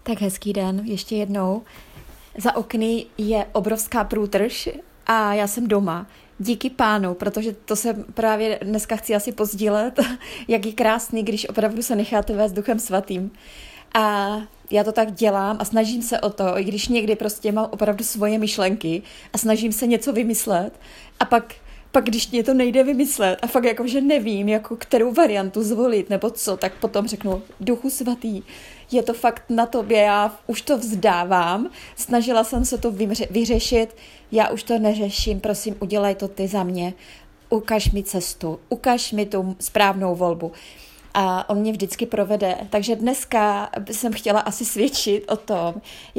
Tak hezký den, ještě jednou. Za okny je obrovská průtrž a já jsem doma. Díky pánu, protože to se právě dneska chci asi pozdílet, jak je krásný, když opravdu se necháte vést Duchem Svatým. A já to tak dělám a snažím se o to, i když někdy prostě mám opravdu svoje myšlenky a snažím se něco vymyslet a pak když mě to nejde vymyslet a fakt jakože nevím, jako kterou variantu zvolit nebo co, tak potom řeknu, Duchu Svatý, je to fakt na tobě, já už to vzdávám, snažila jsem se to vyřešit, já už to neřeším, prosím, udělej to ty za mě, ukaž mi cestu, ukaž mi tu správnou volbu. A on mě vždycky provede. Takže dneska jsem chtěla asi svědčit o tom,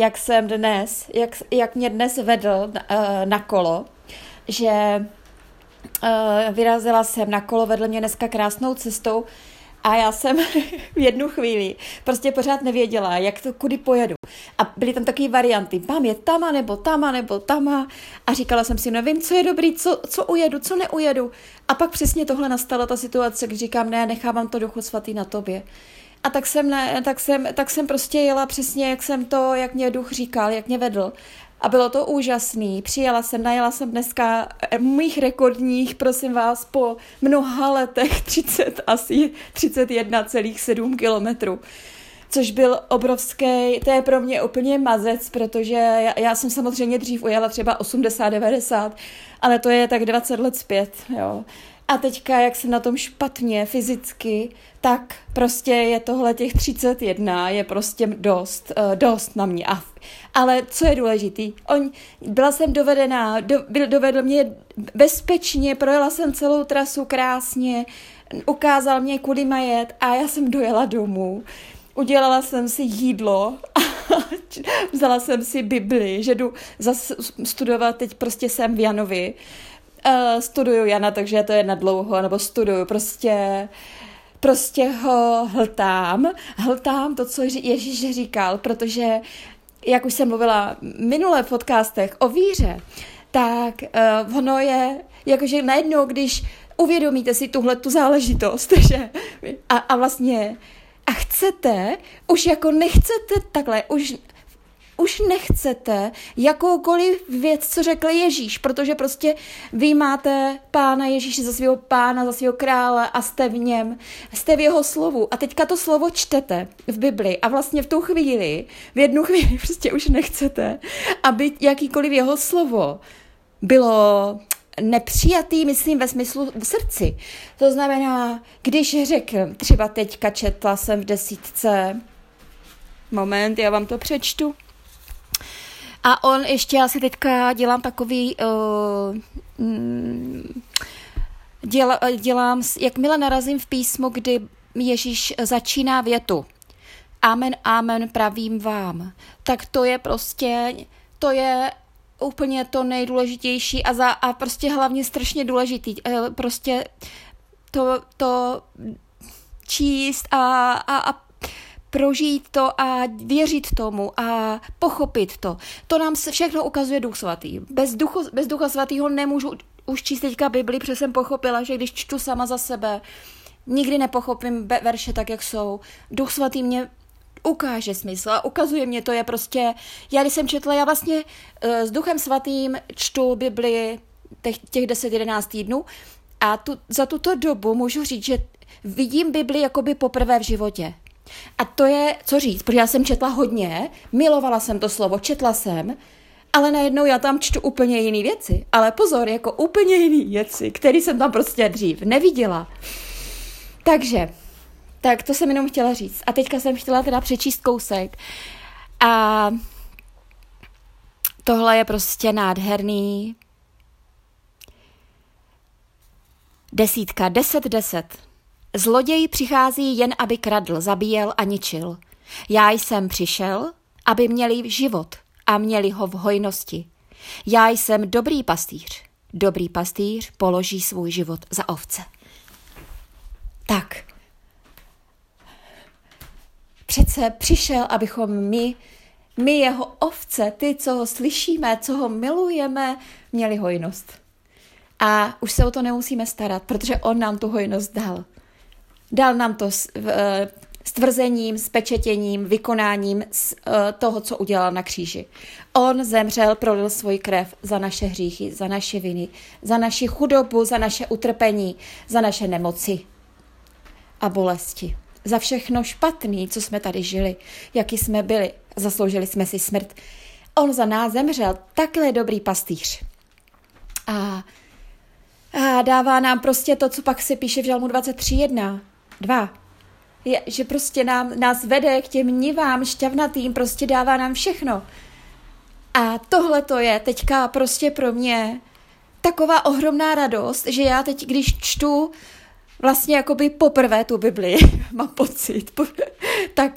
jak mě dnes vedl na kolo, že vyrazila jsem na kolo, vedl mě dneska krásnou cestou a já jsem v jednu chvíli prostě pořád nevěděla, kudy pojedu. A byly tam takové varianty, mám je tama nebo tama nebo tama a říkala jsem si, nevím, co je dobrý, co ujedu, co neujedu. A pak přesně tohle nastala ta situace, když říkám, ne, nechávám to Duchu Svatý na tobě. A tak jsem prostě jela přesně, jak mě Duch říkal, jak mě vedl. A bylo to úžasný. Najela jsem dneska mých rekordních, prosím vás, po mnoha letech 31,7 kilometrů. Což byl obrovský, to je pro mě úplně mazec, protože já jsem samozřejmě dřív ujela třeba 80-90, ale to je tak 20 let zpět, jo. A teďka, jak jsem na tom špatně fyzicky, tak prostě je tohle těch 31, je prostě dost na mě. Ale co je důležitý, byla jsem dovedená, dovedl mě bezpečně, projela jsem celou trasu krásně, ukázal mě, kudy má jet a já jsem dojela domů. Udělala jsem si jídlo a vzala jsem si Bibli, že jdu studovat, teď prostě jsem v Janovi. Studuju Jana, takže to je na dlouho, nebo studuju, prostě ho hltám to, co Ježíš říkal, protože, jak už jsem mluvila minule v podcastech o víře, tak ono je, jakože najednou, když uvědomíte si tu záležitost, že a vlastně a chcete, už jako nechcete takhle, už nechcete jakoukoliv věc, co řekl Ježíš, protože prostě vy máte Pána Ježíše za svého Pána, za svého krále a jste v něm, jste v jeho slovu a teďka to slovo čtete v Bibli a vlastně v jednu chvíli prostě už nechcete, aby jakýkoliv jeho slovo bylo nepřijatý, myslím, ve smyslu v srdci. To znamená, když řekl, třeba teďka četla jsem v 10. Moment, já vám to přečtu. A on ještě, já si teďka dělám takový, dělám, jakmile narazím v písmu, kdy Ježíš začíná větu. Amen, amen, pravím vám. Tak to je prostě, to je úplně to nejdůležitější a prostě hlavně strašně důležitý. Prostě to číst a prožít to a věřit tomu a pochopit to. To nám se všechno ukazuje Duch Svatý. Bez Ducha Svatýho nemůžu už číst teďka Bibli, protože jsem pochopila, že když čtu sama za sebe, nikdy nepochopím verše tak, jak jsou. Duch Svatý mě ukáže smysl a ukazuje mě, to je prostě, já když jsem četla, já vlastně s Duchem Svatým čtu Bibli těch 10-11 týdnů a za tuto dobu můžu říct, že vidím Bibli jakoby poprvé v životě. A to je, co říct, protože já jsem četla hodně, milovala jsem to slovo, četla jsem, ale najednou já tam čtu úplně jiné věci. Ale pozor, jako úplně jiné věci, které jsem tam prostě dřív neviděla. Takže, tak to jsem jenom chtěla říct. A teďka jsem chtěla teda přečíst kousek. A tohle je prostě nádherný. 10, 10. Zloděj přichází jen, aby kradl, zabíjel a ničil. Já jsem přišel, aby měli život a měli ho v hojnosti. Já jsem dobrý pastýř. Dobrý pastýř položí svůj život za ovce. Tak. Přece přišel, abychom my jeho ovce, ty, co ho slyšíme, co ho milujeme, měli hojnost. A už se o to nemusíme starat, protože on nám tu hojnost dal. Dal nám to stvrzením, spečetěním, vykonáním toho, co udělal na kříži. On zemřel, prolil svůj krev za naše hříchy, za naše viny, za naši chudobu, za naše utrpení, za naše nemoci a bolesti. Za všechno špatný, co jsme tady žili, jaký jsme byli, zasloužili jsme si smrt. On za nás zemřel, takhle dobrý pastýř. A dává nám prostě to, co pak se píše v Žalmu 23:1, 2. Že prostě nás vede k těm nivám šťavnatým, prostě dává nám všechno. A tohle to je teďka prostě pro mě taková ohromná radost, že já teď, když čtu vlastně jakoby poprvé tu Bibli, mám pocit, tak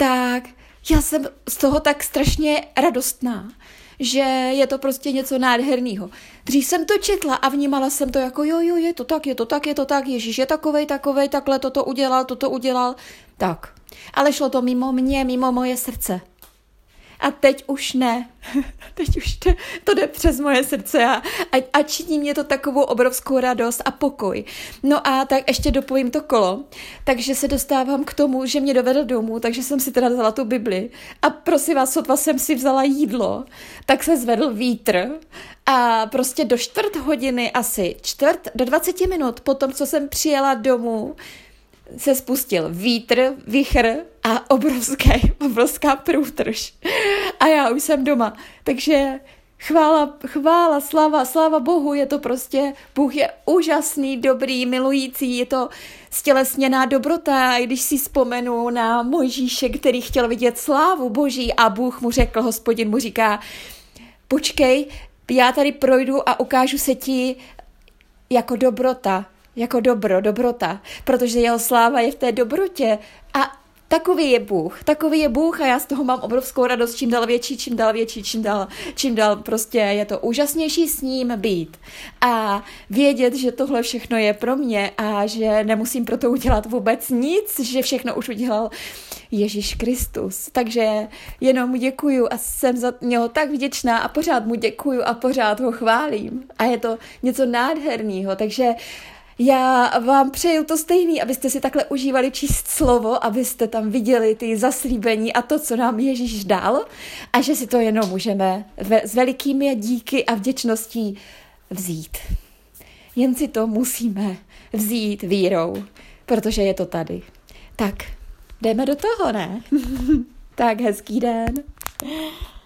já jsem z toho tak strašně radostná, že je to prostě něco nádherného. Dřív jsem to četla a vnímala jsem to jako jo, je to tak, Ježíš je takovej, takhle toto udělal, tak. Ale šlo to mimo mě, mimo moje srdce. A teď už ne. Teď už to jde přes moje srdce a činí mě to takovou obrovskou radost a pokoj. No a tak ještě dopojím to kolo. Takže se dostávám k tomu, že mě dovedl domů, takže jsem si teda vzala tu Bibli a prosím vás, sotva jsem si vzala jídlo, tak se zvedl vítr a prostě do 4 hodiny asi, do 20 minut potom, co jsem přijela domů, se spustil vítr, vichr a obrovská průtrž. A já už jsem doma. Takže chvála, sláva Bohu, je to prostě, Bůh je úžasný, dobrý, milující, je to stělesněná dobrota. A když si vzpomenu na Mojžíše, který chtěl vidět slávu Boží a Bůh mu řekl, Hospodin mu říká, počkej, já tady projdu a ukážu se ti jako dobrota, jako dobrota, protože jeho sláva je v té dobrotě a takový je Bůh a já z toho mám obrovskou radost, čím dál prostě je to úžasnější s ním být a vědět, že tohle všechno je pro mě a že nemusím pro to udělat vůbec nic, že všechno už udělal Ježíš Kristus. Takže jenom mu děkuju a jsem za něho tak vděčná a pořád mu děkuju a pořád ho chválím a je to něco nádherného, takže já vám přeju to stejný, abyste si takhle užívali číst slovo, abyste tam viděli ty zaslíbení a to, co nám Ježíš dal a že si to jenom můžeme s velikými díky a vděčností vzít. Jen si to musíme vzít vírou, protože je to tady. Tak, jdeme do toho, ne? Tak, hezký den.